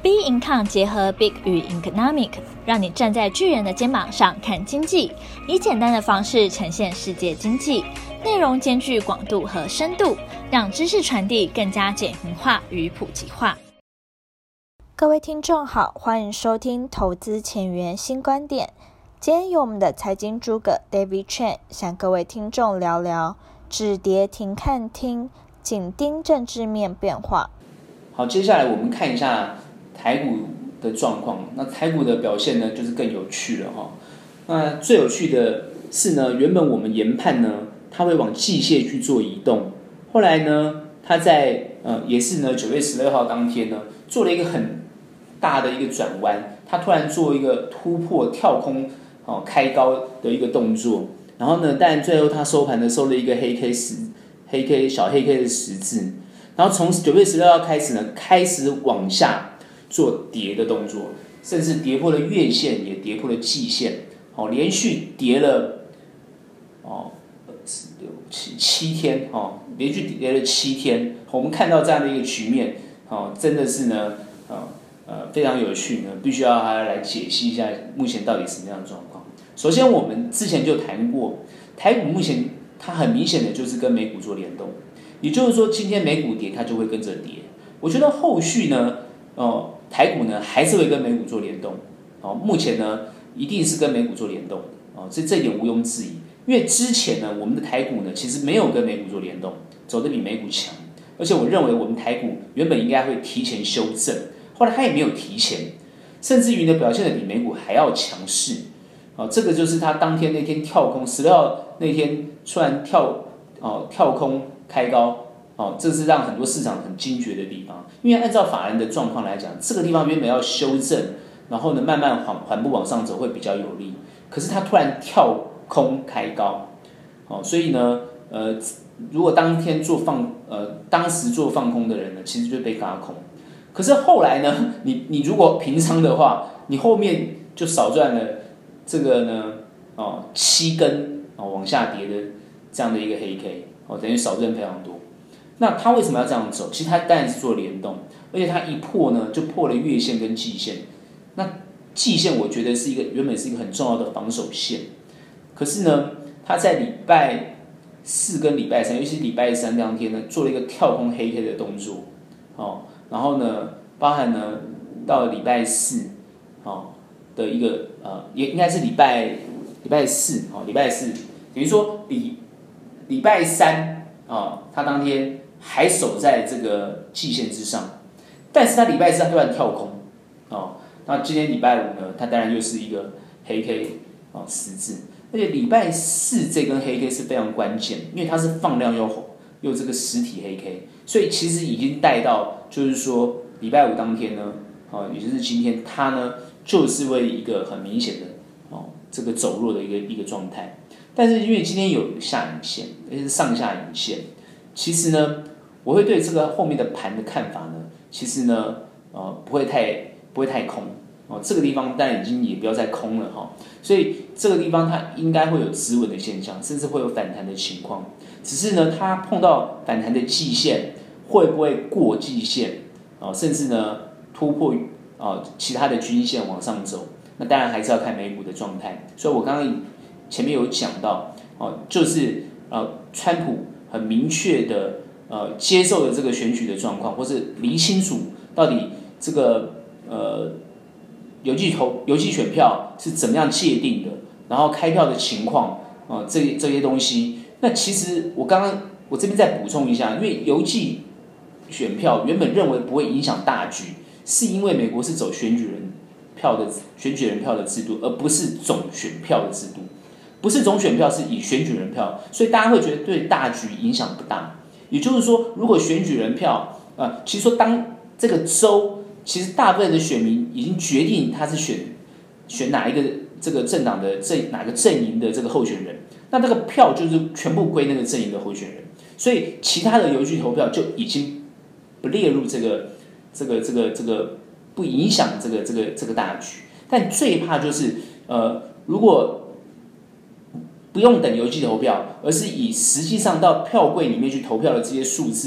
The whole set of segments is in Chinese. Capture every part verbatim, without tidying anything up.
B Income 结合 Big 与 Economic， 让你站在巨人的肩膀上看经济，以简单的方式呈现世界经济，内容兼具广度和深度，让知识传递更加简明化与普及化。各位听众好，欢迎收听投资前沿新观点。今天由我们的财经诸葛 David Chen 向各位听众聊聊止跌停看听，紧盯政治面变化。 好，接下来我们看一下台股的状况。那台股的表现呢，就是更有趣了哈。那最有趣的是呢，原本我们研判呢，它会往季线去做移动，后来呢，它在呃也是呢九月十六号当天呢，做了一个很大的一个转弯，它突然做一个突破跳空哦开高的一个动作，然后呢，但最后它收盘呢收了一个黑 K 十黑 K 小黑 K 的十字，然后从九月十六号开始呢，开始往下做跌的动作，甚至跌破了月线，也跌破了季线，哦，连续跌了哦四六七七天，哦，连续跌了七天，我们看到这样的一个局面，哦，真的是呢，呃呃非常有趣呢，必须要还来解析一下目前到底什么样的状况。首先，我们之前就谈过，台股目前它很明显的就是跟美股做联动，也就是说，今天美股跌，它就会跟着跌。我觉得后续呢，哦，台股呢还是会跟美股做联动，哦，目前呢一定是跟美股做联动的，哦，这这一点毋庸置疑。因为之前呢，我们的台股呢其实没有跟美股做联动，走得比美股强，而且我认为我们台股原本应该会提前修正，后来它也没有提前，甚至于呢表现得比美股还要强势。哦，这个就是它当天那天跳空，十六号那天突然跳哦跳空开高，哦，这是让很多市场很惊觉的地方。因为按照法人的状况来讲，这个地方原本要修正，然后呢慢慢缓缓步往上走会比较有利。可是它突然跳空开高，哦，所以呢，呃，如果当天做放呃当时做放空的人呢，其实就被軋空。可是后来呢，你你如果平仓的话，你后面就少赚了这个呢，哦七根哦往下跌的这样的一个黑 K， 哦等于少赚非常多。那它为什么要这样走？其实它当然是做联动，而且它一破呢，就破了月线跟季线。那季线我觉得是一个原本是一个很重要的防守线，可是呢，它在礼拜四跟礼拜三，尤其是礼拜三当天呢，做了一个跳空黑 K 的动作，哦，然后呢，包含呢到了礼拜四，哦的一个呃，也应该是礼拜礼拜四，哦，礼拜四，等于说礼礼拜三啊，哦，它当天还守在这个季线之上，但是它礼拜四它突然跳空，哦，那今天礼拜五呢，它当然又是一个黑 K 哦十字，而且礼拜四这根黑 K 是非常关键，因为它是放量又又这个实体黑 K， 所以其实已经带到就是说礼拜五当天呢，哦，也就是今天它呢就是为一个很明显的哦这个走弱的一个一个状态，但是因为今天有下影线，而且是上下影线。其实呢，我会对这个后面的盘的看法呢，其实呢，呃，不会太不会太空哦。这个地方当然已经也不要再空了哈，哦，所以这个地方它应该会有止稳的现象，甚至会有反弹的情况。只是呢，它碰到反弹的季线会不会过季线哦，甚至呢突破哦其他的均线往上走，那当然还是要看美股的状态。所以我刚刚前面有讲到哦，就是呃，川普很明确的呃接受了这个选举的状况，或是理清楚到底这个呃邮寄投邮寄选票是怎么样界定的，然后开票的情况啊，呃、这这些东西。那其实我刚刚我这边再补充一下，因为邮寄选票原本认为不会影响大局，是因为美国是走选举人票的选举人票的制度，而不是总选票的制度。不是总选票，是以选举人票，所以大家会觉得对大局影响不大。也就是说，如果选举人票，呃，其实说当这个州，其实大部分的选民已经决定他是选选哪一个这个政党的阵哪个阵营的这个候选人，那这个票就是全部归那个阵营的候选人，所以其他的邮寄投票就已经不列入这个这个这个这个不影响这个这个这个大局。但最怕就是呃，如果不用等邮寄投票，而是以实际上到票柜里面去投票的这些数字，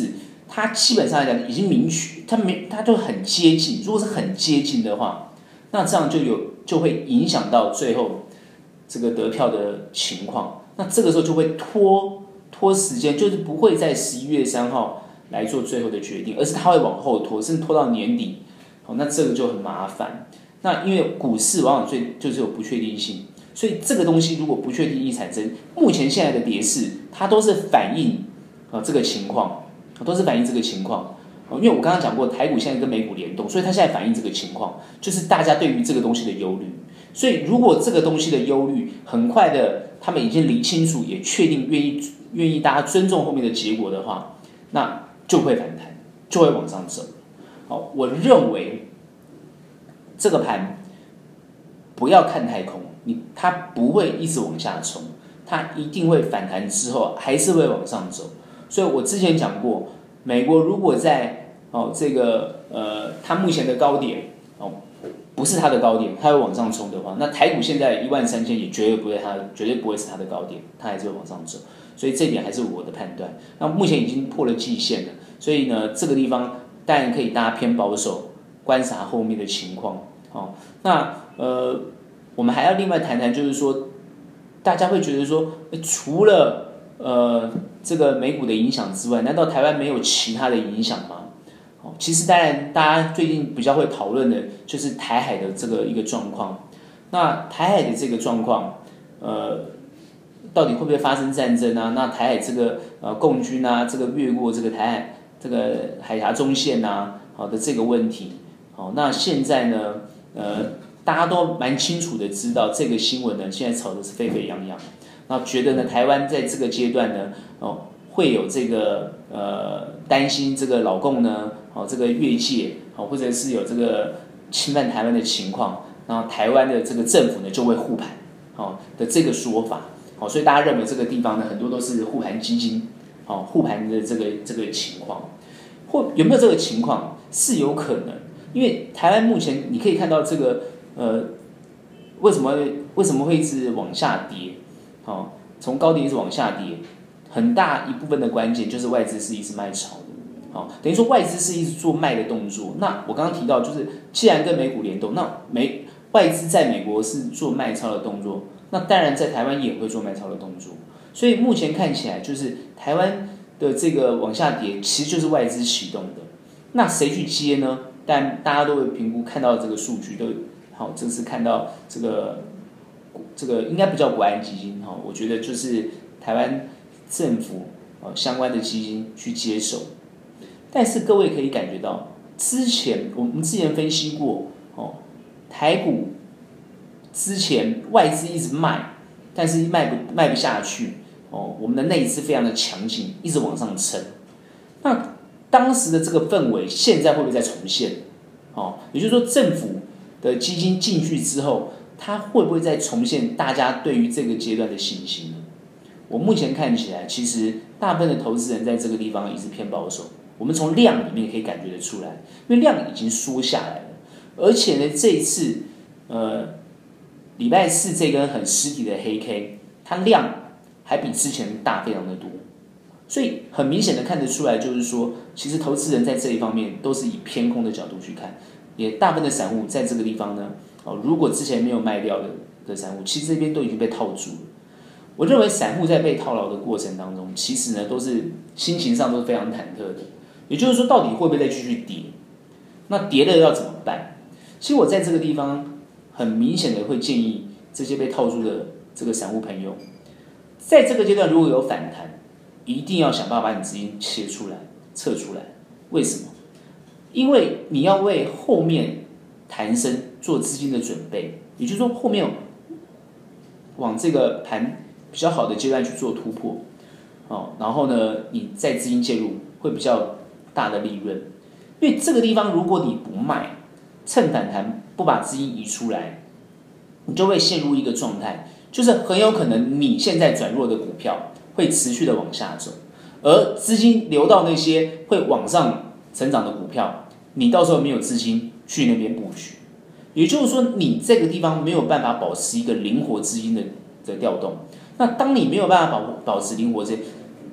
它基本上来讲已经明确，它没它就很接近。如果是很接近的话，那这样就有就会影响到最后这个得票的情况。那这个时候就会拖拖时间，就是不会在十一月三号来做最后的决定，而是它会往后拖，甚至拖到年底。好，那这个就很麻烦。那因为股市往往最就是有不确定性，所以这个东西如果不确定性产生，目前现在的跌势，它都是反映啊这个情况，都是反映这个情况。因为我刚刚讲过，台股现在跟美股联动，所以它现在反映这个情况，就是大家对于这个东西的忧虑。所以如果这个东西的忧虑很快的，他们已经理清楚，也确定愿意愿意大家尊重后面的结果的话，那就会反弹，就会往上走。好，我认为这个盘不要看太空，你它不会一直往下冲，它一定会反弹之后还是会往上走。所以我之前讲过，美国如果在哦这个呃它目前的高点哦不是它的高点，它会往上冲的话，那台股现在一万三千也绝对不会它绝对不会是它的高点，它还是会往上走。所以这点还是我的判断。那目前已经破了季线了，所以呢这个地方当然可以大家偏保守，观察后面的情况。哦，那呃，我们还要另外谈谈，就是说，大家会觉得说，除了呃这个美股的影响之外，难道台湾没有其他的影响吗？哦，其实当然，大家最近比较会讨论的就是台海的这个一个状况。那台海的这个状况，呃，到底会不会发生战争啊？那台海这个呃共军啊，这个越过这个台海这个海峡中线啊，好的这个问题，好，那现在呢？呃，大家都蛮清楚的知道这个新闻呢，现在炒的是沸沸扬扬。那觉得呢，台湾在这个阶段呢，哦，会有这个呃担心这个老共呢，哦这个越界，哦或者是有这个侵犯台湾的情况，然后台湾的这个政府呢就会护盘，哦的这个说法，哦所以大家认为这个地方呢很多都是护盘基金，哦护盘的这个这个情况，或有没有这个情况是有可能。因为台湾目前你可以看到这个呃，为什么为什么会一直往下跌？哦，从高点一直往下跌，很大一部分的关键就是外资是一直卖超的，哦，等于说外资是一直做卖的动作。那我刚刚提到，就是既然跟美股联动，那美外资在美国是做卖超的动作，那当然在台湾也会做卖超的动作。所以目前看起来，就是台湾的这个往下跌，其实就是外资启动的。那谁去接呢？但大家都会评估，看到这个数据都好，这次看到这个这个应该不叫国安基金哈，我觉得就是台湾政府哦相关的基金去接手。但是各位可以感觉到，之前我们之前分析过哦，台股之前外资一直卖，但是卖不卖不下去哦，我们的内资非常的强劲，一直往上撑。那当时的这个氛围，现在会不会再重现？哦，也就是说，政府的基金进去之后，它会不会再重现大家对于这个阶段的信心呢？我目前看起来，其实大部分的投资人在这个地方也是偏保守。我们从量里面可以感觉得出来，因为量已经缩下来了，而且呢，这一次呃礼拜四这根很实体的黑 K， 它量还比之前大非常的多。所以很明显的看得出来，就是说，其实投资人在这一方面都是以偏空的角度去看，也大部分的散户在这个地方呢，哦，如果之前没有卖掉的的散户，其实这边都已经被套住了。我认为散户在被套牢的过程当中，其实呢都是心情上都是非常忐忑的。也就是说，到底会不会再继续跌？那跌了要怎么办？其实我在这个地方很明显的会建议这些被套住的这个散户朋友，在这个阶段如果有反弹，一定要想办法把你资金切出来、撤出来。为什么？因为你要为后面弹升做资金的准备，也就是说后面往这个盘比较好的阶段去做突破，哦，然后呢，你再资金介入会比较大的利润。因为这个地方如果你不卖，趁反弹不把资金移出来，你就会陷入一个状态，就是很有可能你现在转弱的股票会持续的往下走，而资金流到那些会往上成长的股票，你到时候没有资金去那边布局，也就是说，你这个地方没有办法保持一个灵活资金的的调动。那当你没有办法保保持灵活这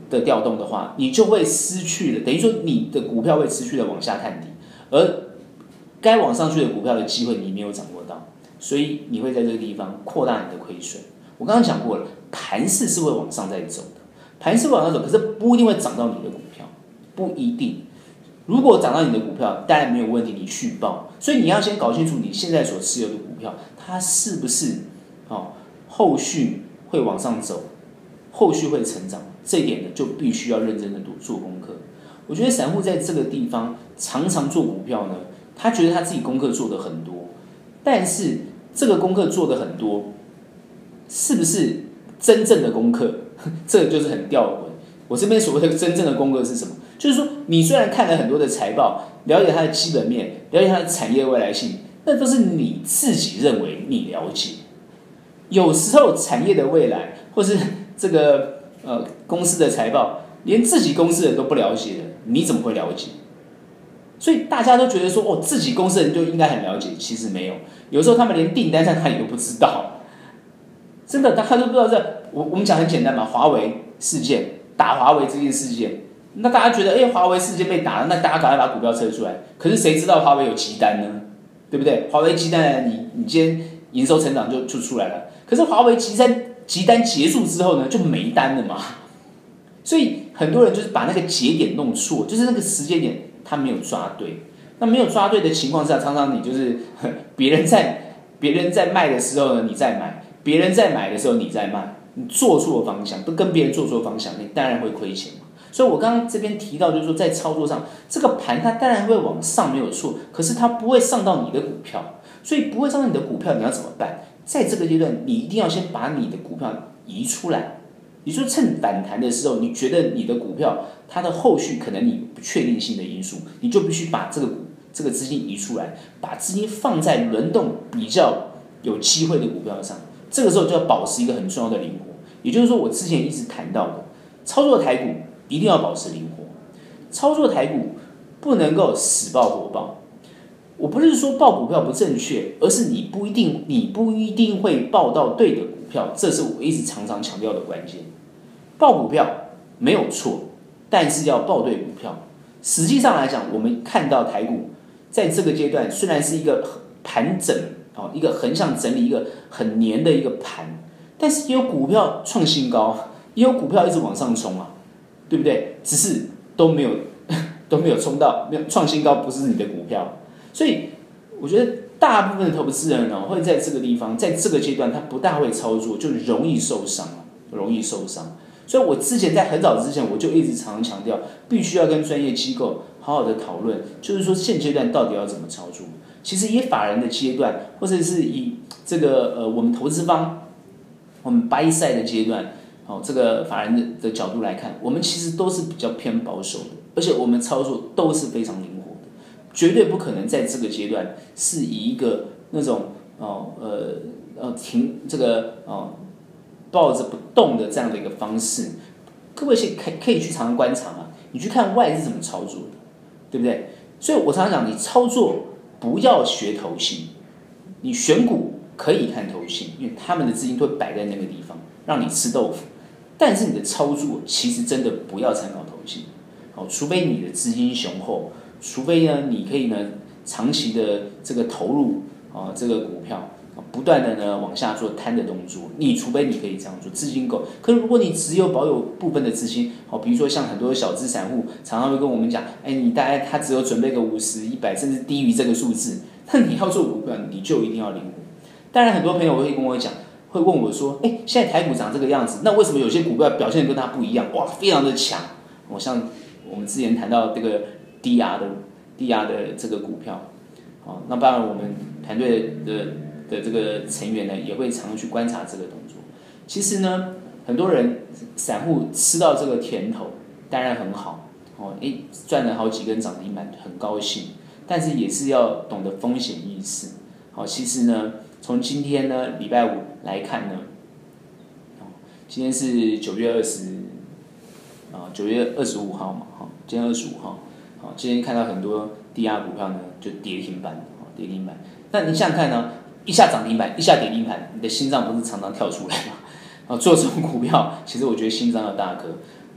的调动的话，你就会失去了，等于说你的股票会持续的往下探底，而该往上去的股票的机会你没有掌握到，所以你会在这个地方扩大你的亏损。我刚刚讲过了，盘势是会往上再走的，盘势会往上走，可是不一定会涨到你的股票，不一定。如果涨到你的股票，当然没有问题，你续报。所以你要先搞清楚你现在所持有的股票，它是不是哦后续会往上走，后续会成长，这一点呢就必须要认真的做功课。我觉得散户在这个地方常常做股票呢，他觉得他自己功课做得很多，但是这个功课做得很多，是不是真正的功课？这个就是很吊诡。我这边所谓的真正的功课是什么？就是说，你虽然看了很多的财报，了解它的基本面，了解它的产业未来性，那都是你自己认为你了解。有时候产业的未来，或是这个呃公司的财报，连自己公司的人都不了解的，你怎么会了解？所以大家都觉得说，哦，自己公司的人就应该很了解，其实没有。有时候他们连订单在哪里都不知道，真的，大家都不知道这。我我们讲很简单嘛，华为事件，打华为这件事件。那大家觉得，哎，华为事件被打了，那大家赶快把股票撤出来。可是谁知道华为有急单呢？对不对？华为急单，你你今天营收成长就就出来了。可是华为急单急单结束之后呢，就没单了嘛。所以很多人就是把那个节点弄错，就是那个时间点他没有抓对。那没有抓对的情况下，常常你就是别人在别人在卖的时候呢，你在买；别人在买的时候，你在卖。你做错方向，不跟别人做错方向，你当然会亏钱嘛。所以我刚刚这边提到，就是说在操作上，这个盘它当然会往上没有错，可是它不会上到你的股票，所以不会上到你的股票，你要怎么办？在这个阶段，你一定要先把你的股票移出来。你说趁反弹的时候，你觉得你的股票它的后续可能你不确定性的因素，你就必须把这个这个资金移出来，把资金放在轮动比较有机会的股票上。这个时候就要保持一个很重要的灵活，也就是说，我之前一直谈到的，操作台股一定要保持灵活，操作台股不能够死抱活抱。我不是说抱股票不正确，而是你不一定你不一定会抱到对的股票，这是我一直常常强调的关键。抱股票没有错，但是要抱对股票。实际上来讲，我们看到台股在这个阶段虽然是一个盘整，一个横向整理，一个很黏的一个盘，但是也有股票创新高，也有股票一直往上冲啊，对不对？只是都没有都没有冲到，没有创新高，不是你的股票。所以我觉得大部分的投资人呢，会在这个地方，在这个阶段，他不大会操作，就容易受伤，容易受伤。所以我之前在很早之前，我就一直常常强调，必须要跟专业机构好好的讨论，就是说现阶段到底要怎么操作。其实以法人的阶段，或者是以这个呃我们投资方，我们 buy side 的阶段，哦，这个法人 的, 的角度来看，我们其实都是比较偏保守的，而且我们操作都是非常灵活的，绝对不可能在这个阶段是以一个那种哦呃呃停这个哦抱着不动的这样的一个方式。各位可可以去常常观察啊，你去看外资怎么操作的，对不对？所以我常常讲，你操作不要学投信，你选股可以看投信，因为他们的资金都会摆在那个地方，让你吃豆腐。但是你的操作其实真的不要参考投信，好，除非你的资金雄厚，除非呢你可以呢长期的这个投入啊这个股票，不断的呢往下做摊的动作，你除非你可以这样做，资金够。可是如果你只有保有部分的资金，好，比如说像很多小资散户常常会跟我们讲，哎，你大概他只有准备个五十、一百，甚至低于这个数字，那你要做股票，你就一定要灵活。当然，很多朋友会跟我讲，会问我说，哎，现在台股长这个样子，那为什么有些股票表现跟它不一样？哇，非常的强。我像我们之前谈到这个低压的低压的这个股票，好，那当然我们团队的。的这个成员呢，也会常去观察这个动作。其实呢，很多人散户吃到这个甜头，当然很好哦，哎，赚了好几根涨停板，很高兴。但是也是要懂得风险意识。好，其实呢，从今天呢礼拜五来看呢，今天是九月二十啊，九月二十五号嘛，哈，今天二十五号，好，今天看到很多低压股票呢就跌停板，跌停板。那你想想看呢？一下涨停板，一下跌停板，你的心脏不是常常跳出来吗？啊，做这种股票，其实我觉得心脏要大颗。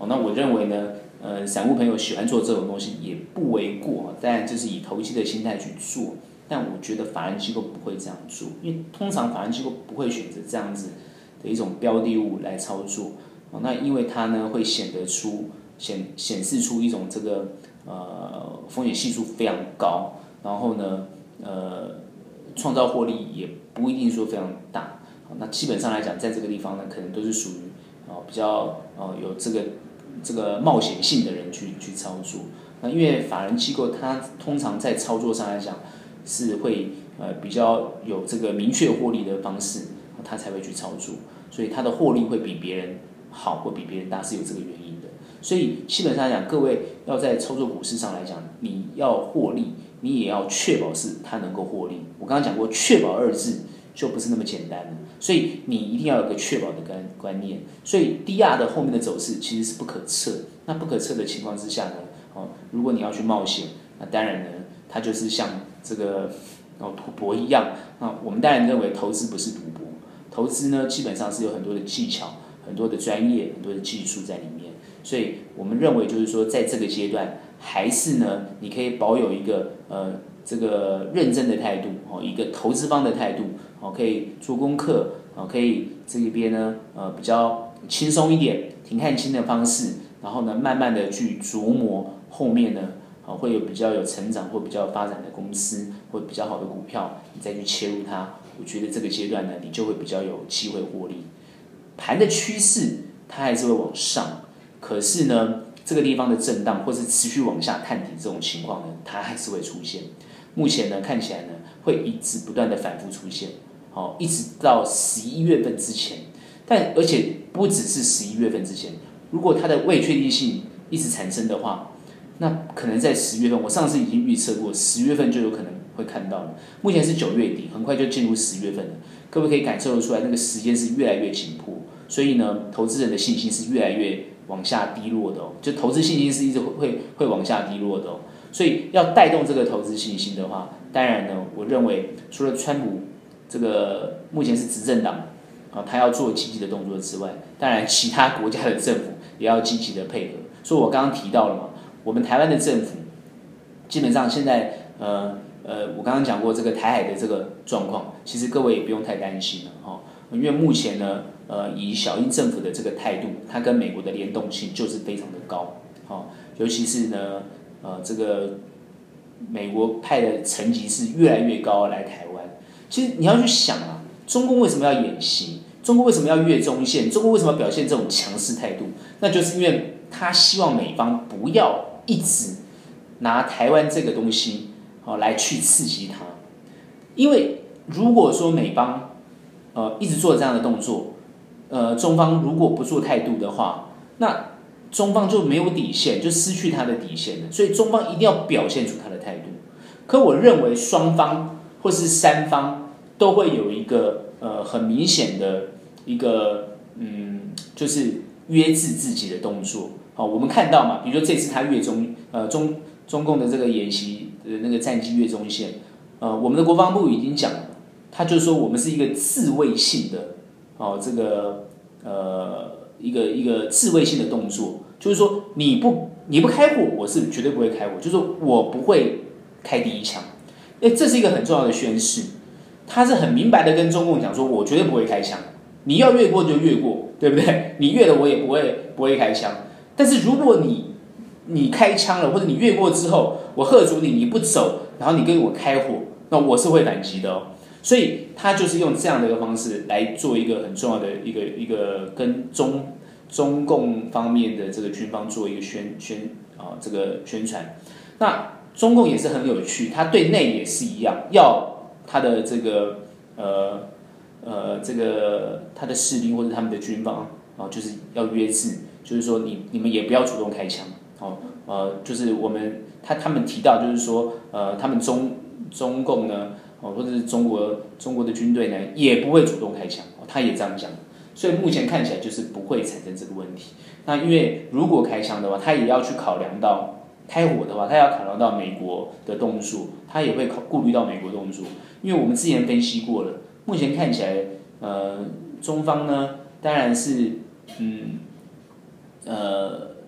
哦，那我认为呢，呃，散户朋友喜欢做这种东西也不为过，当然就是以投机的心态去做。但我觉得法人机构不会这样做，因为通常法人机构不会选择这样子的一种标的物来操作。哦，那因为它呢会显得出显显示出一种这个呃风险系数非常高，然后呢呃创造获利也不一定说非常大。那基本上来讲，在这个地方呢，可能都是属于哦比较呃有这个这个冒险性的人去去操作。那因为法人机构它通常在操作上来讲是会呃比较有这个明确获利的方式，它才会去操作，所以它的获利会比别人好或比别人大是有这个原因的。所以基本上来讲，各位要在操作股市上来讲，你要获利，你也要确保是它能够获利。我刚刚讲过，确保二字就不是那么简单了，所以你一定要有个确保的观观念。所以 D R 的后面的走势其实是不可测，那不可测的情况之下呢，哦，如果你要去冒险，那当然呢，它就是像这个哦赌博一样。那我们当然认为投资不是赌博，投资呢基本上是有很多的技巧、很多的专业、很多的技术在里面。所以我们认为就是说，在这个阶段，还是呢，你可以保有一个呃这个认真的态度哦，一个投资方的态度哦，可以做功课哦，可以这一边呢呃比较轻松一点、停看清的方式，然后呢慢慢的去琢磨后面呢啊会有比较有成长或比较有发展的公司或比较好的股票，你再去切入它，我觉得这个阶段呢，你就会比较有机会获利。盘的趋势它还是会往上。可是呢，这个地方的震荡或是持续往下探底这种情况呢，它还是会出现。目前呢，看起来呢，会一直不断的反复出现，好、哦，一直到十一月份之前。但而且不只是十一月份之前，如果它的未确定性一直产生的话，那可能在十月份，我上次已经预测过，十月份就有可能会看到了。目前是九月底，很快就进入十月份了，各位可以感受得出来，那个时间是越来越紧迫。所以呢，投资人的信心是越来越往下低落的哦，就投资信心是一直会会往下低落的哦。所以要带动这个投资信心的话，当然呢，我认为除了川普这个目前是执政党啊，他要做积极的动作之外，当然其他国家的政府也要积极的配合。所以我刚刚提到了嘛，我们台湾的政府基本上现在呃呃，我刚刚讲过这个台海的这个状况，其实各位也不用太担心了哈、哦，因为目前呢。呃，以小英政府的这个态度，它跟美国的联动性就是非常的高，哦，尤其是呢，呃，这个美国派的层级是越来越高来台湾。其实你要去想啊，中共为什么要演习？中国为什么要越中线？中国为什么要表现这种强势态度？那就是因为他希望美方不要一直拿台湾这个东西哦来去刺激他，因为如果说美方呃一直做这样的动作。呃，中方如果不做态度的话，那中方就没有底线，就失去他的底线了。所以中方一定要表现出他的态度。可我认为双方或是三方都会有一个呃很明显的一个嗯，就是约制自己的动作。好，我们看到嘛，比如说这次他越中呃中中共的这个演习的那个战机越中线，呃，我们的国防部已经讲了，他就说我们是一个自卫性的。哦，这个呃，一个一个自卫性的动作，就是说你不你不开火，我是绝对不会开火，就是说我不会开第一枪。哎，这是一个很重要的宣示，他是很明白的跟中共讲说，我绝对不会开枪，你要越过就越过，对不对？你越了我也不会不会开枪。但是如果你你开枪了，或者你越过之后，我喝阻你，你不走，然后你跟我开火，那我是会反击的哦。所以他就是用这样的一个方式来做一个很重要的一个一个跟中中共方面的这个军方做一个宣宣啊这个宣传。那中共也是很有趣，他对内也是一样，要他的这个呃呃这个他的士兵或者他们的军方啊，就是要约制，就是说你你们也不要主动开枪哦，呃就是我们他他们提到就是说呃他们中中共呢。哦，或者是中国中国的军队呢，也不会主动开枪，哦，他也这样讲，所以目前看起来就是不会产生这个问题。那因为如果开枪的话，他也要去考量到开火的话，他要考量到美国的动作，他也会考顾虑到美国动作，因为我们之前分析过了，目前看起来，呃，中方呢，当然是，嗯，呃，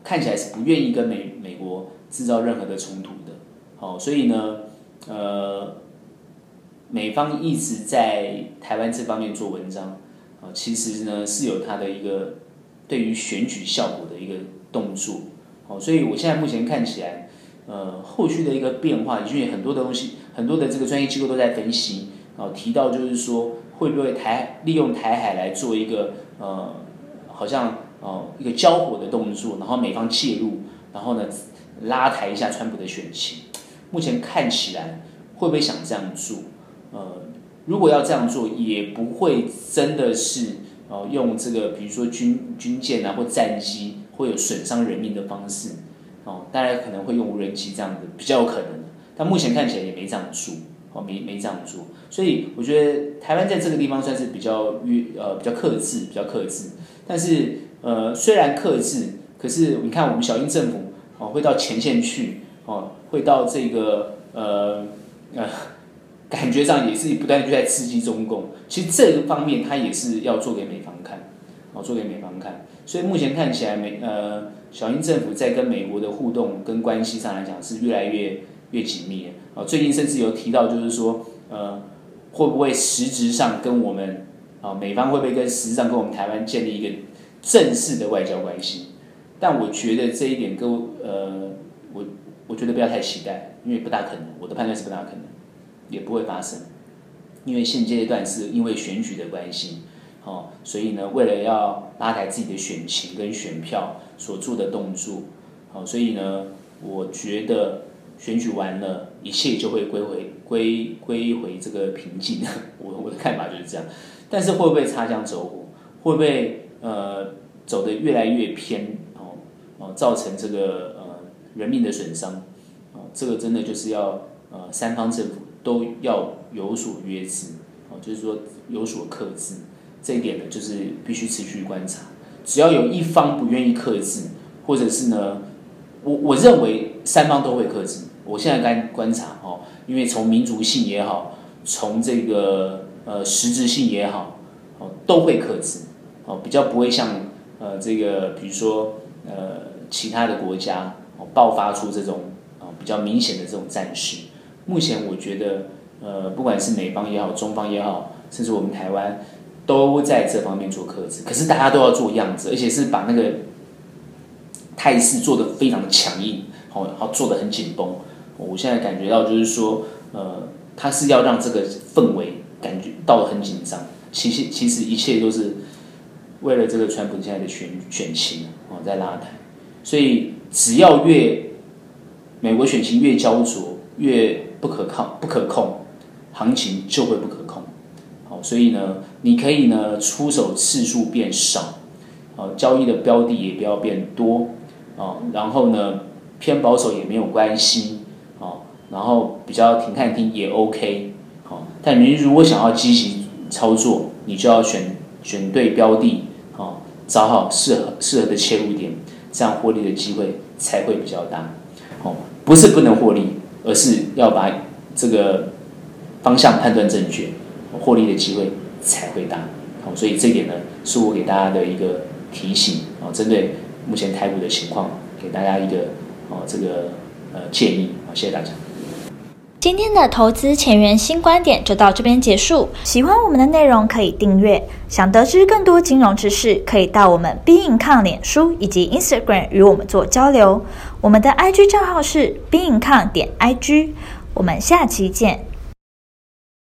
看起来是不愿意跟美美国制造任何的冲突的。好，所以呢，呃，美方一直在台湾这方面做文章，啊，其实呢是有它的一个对于选举效果的一个动作。好，所以我现在目前看起来，呃，后续的一个变化，因为很多的东西，很多的这个专业机构都在分析，啊，提到就是说会不会台利用台海来做一个呃，好像哦一个交火的动作，然后美方介入，然后呢拉抬一下川普的选情。目前看起来会不会想这样做？呃，如果要这样做，也不会真的是哦用这个比如说军军舰啊或战机会有损伤人命的方式。哦，大家可能会用无人机这样的，比较有可能的，但目前看起来也没这样做，哦，没没这样做，所以我觉得台湾在这个地方算是比较约呃比较克制，比较克制，但是呃虽然克制，可是你看我们小英政府哦会到前线去，哦会到这个呃呃感觉上也是不断就在刺激中共，其实这个方面他也是要做给美方看，哦做给美方看，所以目前看起来美呃。小英政府在跟美国的互动跟关系上来讲是越来越越紧密的。最近甚至有提到，就是说，呃，会不会实质上跟我们啊美方会不会跟实质上跟我们台湾建立一个正式的外交关系？但我觉得这一点跟呃，我我觉得不要太期待，因为不大可能。我的判断是不大可能，也不会发生，因为现阶段是因为选举的关系。哦，所以呢，为了要拉抬自己的选情跟选票所做的动作，哦，所以呢，我觉得选举完了，一切就会归回归归回这个平静。我我的看法就是这样。但是会不会擦枪走火？会不会呃走得越来越偏？哦哦，造成这个呃人命的损伤？哦，这个真的就是要呃三方政府都要有所约制，哦，就是说有所克制。这一点呢，就是必须持续观察。只要有一方不愿意克制，或者是呢，我我认为三方都会克制。我现在该观察哦，因为从民族性也好，从这个呃实质性也好，哦都会克制，哦比较不会像呃这个比如说呃其他的国家哦爆发出这种哦比较明显的这种战事。目前我觉得呃不管是美方也好，中方也好，甚至我们台湾。都在这方面做克制，可是大家都要做样子，而且是把那个态势做得非常的强硬，好，然后做得很紧绷。我现在感觉到就是说，呃，他是要让这个氛围感觉到很紧张。其实其实一切都是为了这个川普现在的选选情哦在拉抬，所以只要越美国选情越焦灼，越不可靠、不可控，行情就会不可控。所以呢，你可以呢出手次数变少，哦，交易的标的也不要变多，哦，然后呢偏保守也没有关系，哦，然后比较停看听也 OK， 哦，但你如果想要积极操作，你就要选选对标的，哦，找好适合适合的切入点，这样获利的机会才会比较大，哦，不是不能获利，而是要把这个方向判断正确。获利的机会才会大，好，所以这一点呢，是我给大家的一个提醒啊，针对目前台股的情况，给大家一个哦这个呃建议啊，谢谢大家。 今天的投资前沿新观点就到这边结束。喜欢我们的内容可以订阅，想得知更多金融知识，可以到我们 BeIncome 脸书以及 Instagram 与我们做交流。我们的 I G 账号是 BeIncome 点 I G， 我们下期见。